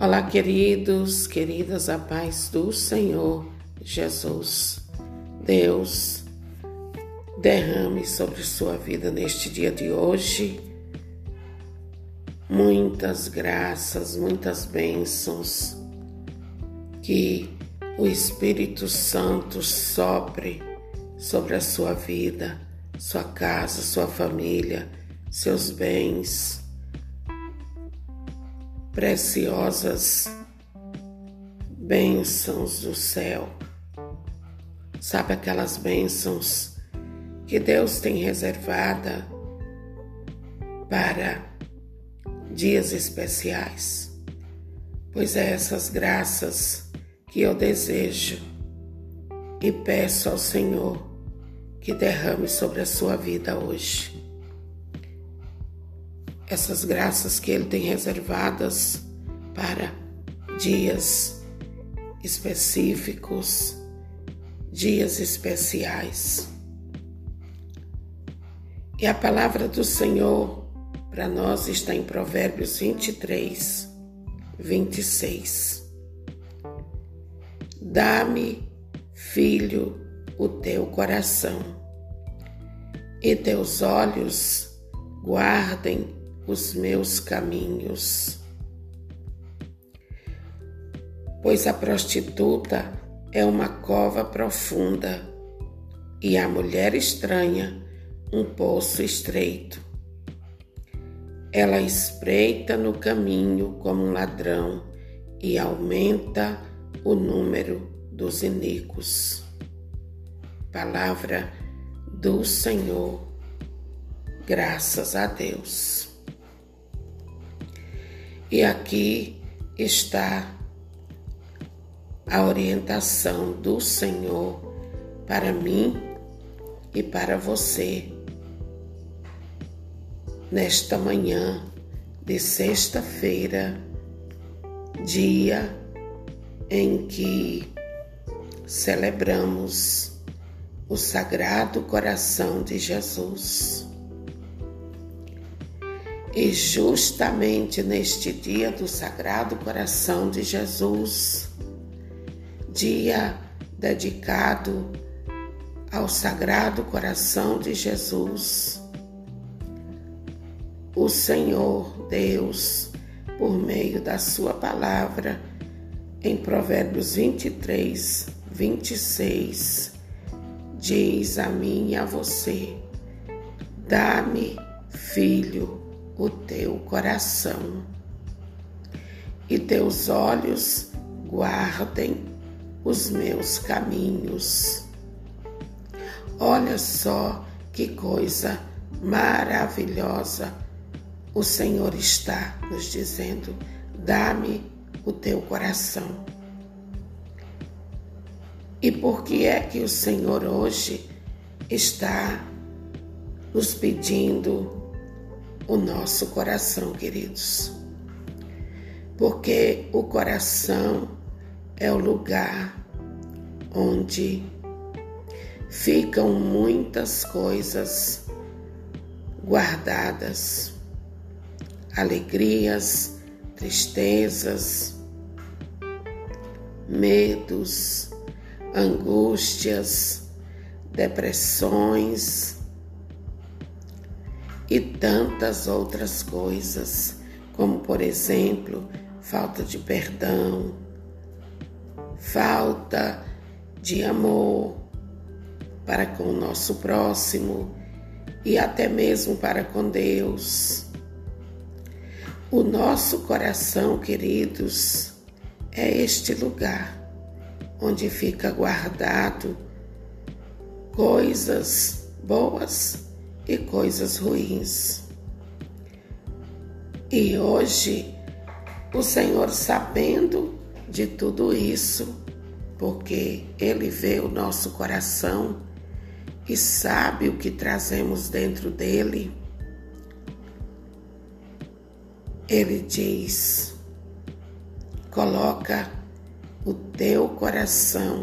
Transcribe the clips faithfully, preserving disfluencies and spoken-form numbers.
Olá, queridos, queridas, a paz do Senhor Jesus. Deus derrame sobre sua vida neste dia de hoje muitas graças, muitas bênçãos, que o Espírito Santo sopre sobre a sua vida, sua casa, sua família, seus bens, preciosas bênçãos do céu. Sabe aquelas bênçãos que Deus tem reservada para dias especiais? Pois é essas graças que eu desejo e peço ao Senhor que derrame sobre a sua vida hoje. Essas graças que Ele tem reservadas para dias específicos, dias especiais. E a palavra do Senhor para nós está em Provérbios vinte e três, vinte e seis. Dá-me, filho, o teu coração, e teus olhos guardem os meus caminhos. Pois a prostituta é uma cova profunda, e a mulher estranha um poço estreito. Ela espreita no caminho como um ladrão e aumenta o número dos iníquos. Palavra do Senhor, graças a Deus. E aqui está a orientação do Senhor para mim e para você nesta manhã de sexta-feira, dia em que celebramos o Sagrado Coração de Jesus. E justamente neste dia do Sagrado Coração de Jesus, dia dedicado ao Sagrado Coração de Jesus, o Senhor Deus, por meio da sua palavra, em Provérbios vinte e três, vinte e seis, diz a mim e a você: dá-me, filho, o teu coração, e teus olhos guardem os meus caminhos. Olha só que coisa maravilhosa o Senhor está nos dizendo: dá-me o teu coração. E por que é que o Senhor hoje está nos pedindo o nosso coração, queridos? Porque o coração é o lugar onde ficam muitas coisas guardadas, alegrias, tristezas, medos, angústias, depressões e tantas outras coisas, como, por exemplo, falta de perdão, falta de amor para com o nosso próximo e até mesmo para com Deus. O nosso coração, queridos, é este lugar onde fica guardado coisas boas e coisas ruins. E hoje, o Senhor, sabendo de tudo isso, porque Ele vê o nosso coração e sabe o que trazemos dentro dele, Ele diz: coloca o teu coração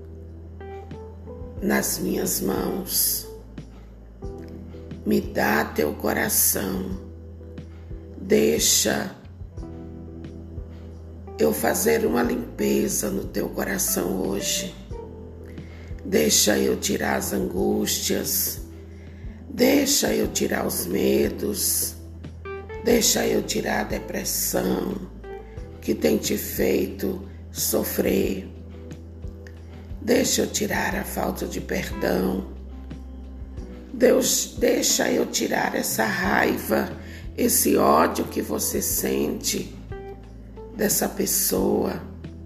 nas minhas mãos, me dá teu coração, deixa eu fazer uma limpeza no teu coração hoje. Deixa eu tirar as angústias, deixa eu tirar os medos, deixa eu tirar a depressão que tem te feito sofrer. Deixa eu tirar a falta de perdão. Deus, deixa eu tirar essa raiva, esse ódio que você sente dessa pessoa,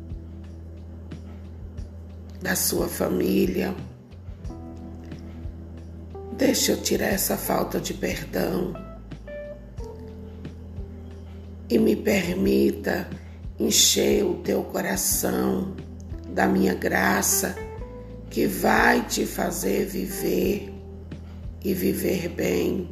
da sua família. Deixa eu tirar essa falta de perdão e me permita encher o teu coração da minha graça, que vai te fazer viver e viver bem.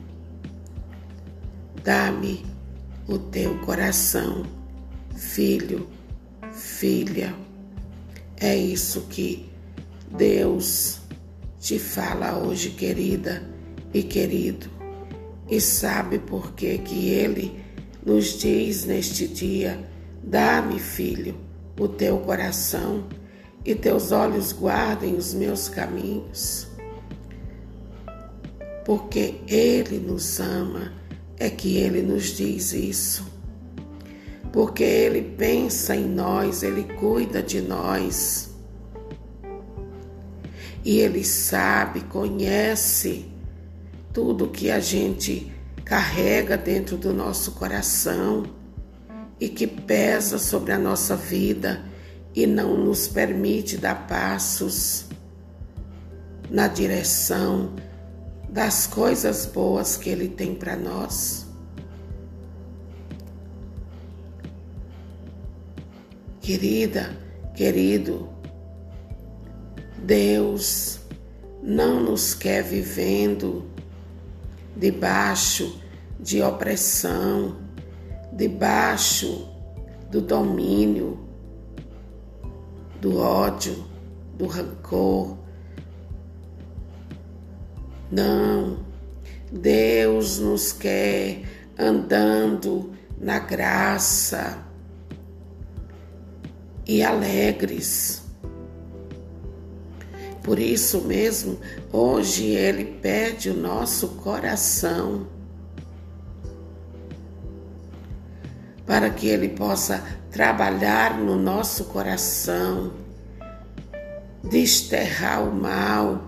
Dá-me o teu coração, filho, filha. É isso que Deus te fala hoje, querida e querido. E sabe por que que Ele nos diz neste dia: dá-me, filho, o teu coração, e teus olhos guardem os meus caminhos. Porque Ele nos ama, é que Ele nos diz isso. Porque Ele pensa em nós, Ele cuida de nós. E Ele sabe, conhece tudo que a gente carrega dentro do nosso coração e que pesa sobre a nossa vida e não nos permite dar passos na direção das coisas boas que Ele tem para nós. Querida, querido, Deus não nos quer vivendo debaixo de opressão, debaixo do domínio, do ódio, do rancor. Não, Deus nos quer andando na graça e alegres. Por isso mesmo, hoje Ele pede o nosso coração, para que Ele possa trabalhar no nosso coração, desterrar o mal,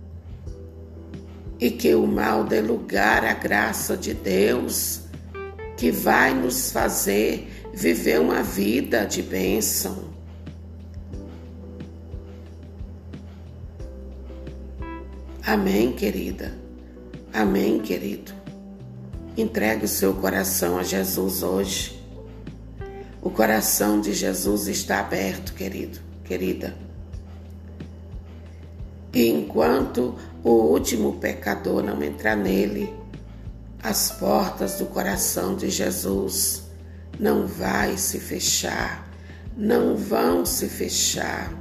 e que o mal dê lugar à graça de Deus, que vai nos fazer viver uma vida de bênção. Amém, querida? Amém, querido? Entregue o seu coração a Jesus hoje. O coração de Jesus está aberto, querido, querida. E enquanto o último pecador não entrar nele, as portas do coração de Jesus não vai se fechar, não vão se fechar.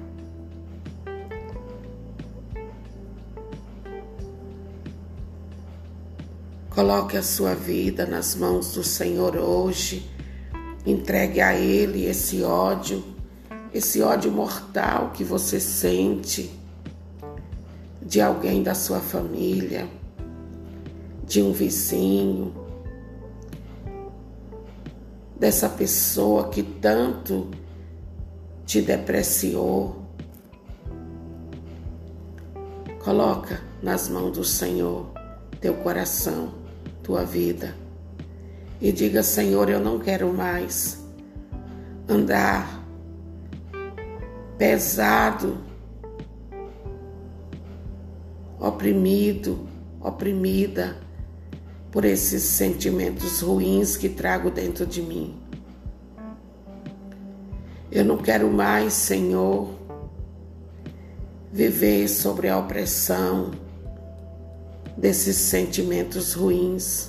Coloque a sua vida nas mãos do Senhor hoje. Entregue a Ele esse ódio, esse ódio mortal que você sente de alguém da sua família, de um vizinho, dessa pessoa que tanto te depreciou. Coloca nas mãos do Senhor teu coração, tua vida, e diga: Senhor, eu não quero mais andar pesado, oprimido, oprimida por esses sentimentos ruins que trago dentro de mim. Eu não quero mais, Senhor, viver sobre a opressão desses sentimentos ruins.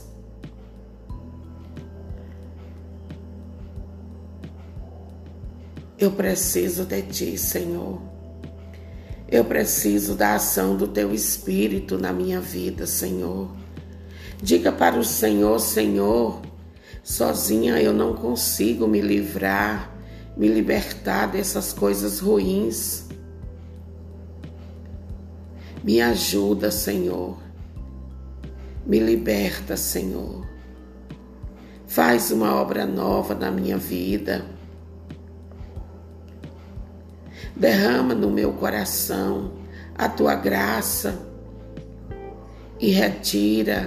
Eu preciso de Ti, Senhor. Eu preciso da ação do Teu Espírito na minha vida, Senhor. Diga para o Senhor: Senhor, sozinha eu não consigo me livrar me libertar dessas coisas ruins. Me ajuda, Senhor. Me liberta, Senhor. Faz uma obra nova na minha vida. Derrama no meu coração a tua graça e retira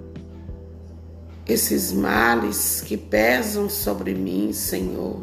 esses males que pesam sobre mim, Senhor.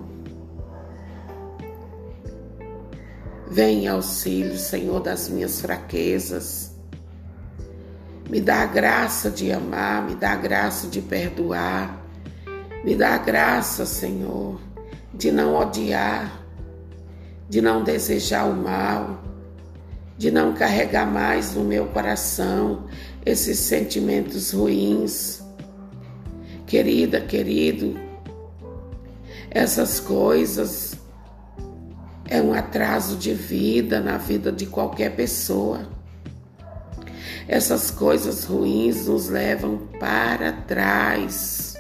Vem em auxílio, Senhor, das minhas fraquezas. Me dá a graça de amar, me dá a graça de perdoar. Me dá a graça, Senhor, de não odiar, de não desejar o mal, de não carregar mais no meu coração esses sentimentos ruins. Querida, querido, essas coisas é um atraso de vida na vida de qualquer pessoa. Essas coisas ruins nos levam para trás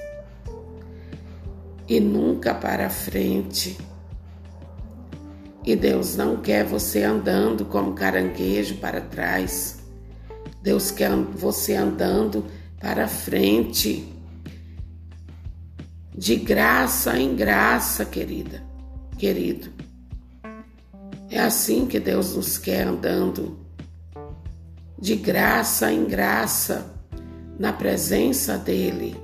e nunca para frente. E Deus não quer você andando como caranguejo para trás. Deus quer você andando para frente, de graça em graça, querida, querido. É assim que Deus nos quer, andando de graça em graça, na presença dEle.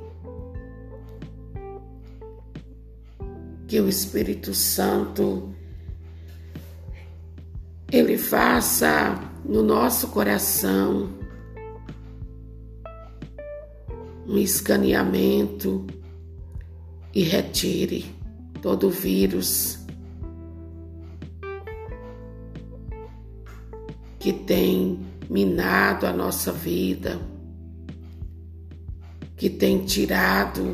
Que o Espírito Santo, Ele faça no nosso coração um escaneamento e retire todo o vírus que tem minado a nossa vida, que tem tirado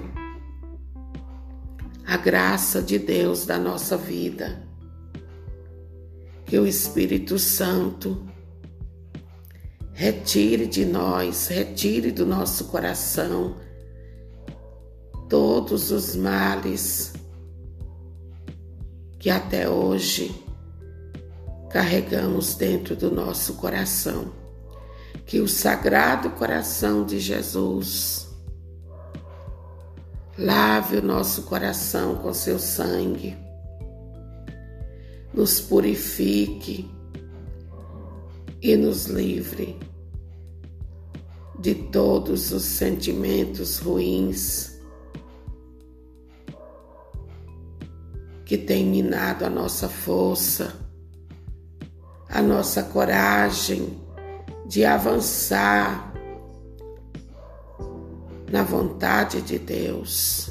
a graça de Deus da nossa vida. Que o Espírito Santo retire de nós, retire do nosso coração todos os males que até hoje carregamos dentro do nosso coração. Que o Sagrado Coração de Jesus lave o nosso coração com seu sangue, nos purifique e nos livre de todos os sentimentos ruins que têm minado a nossa força, a nossa coragem de avançar na vontade de Deus.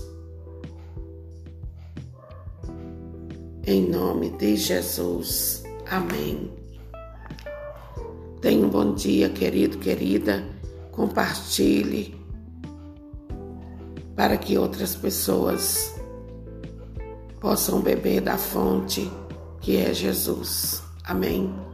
Em nome de Jesus. Amém. Tenha um bom dia, querido, querida. Compartilhe para que outras pessoas possam beber da fonte que é Jesus. Amém.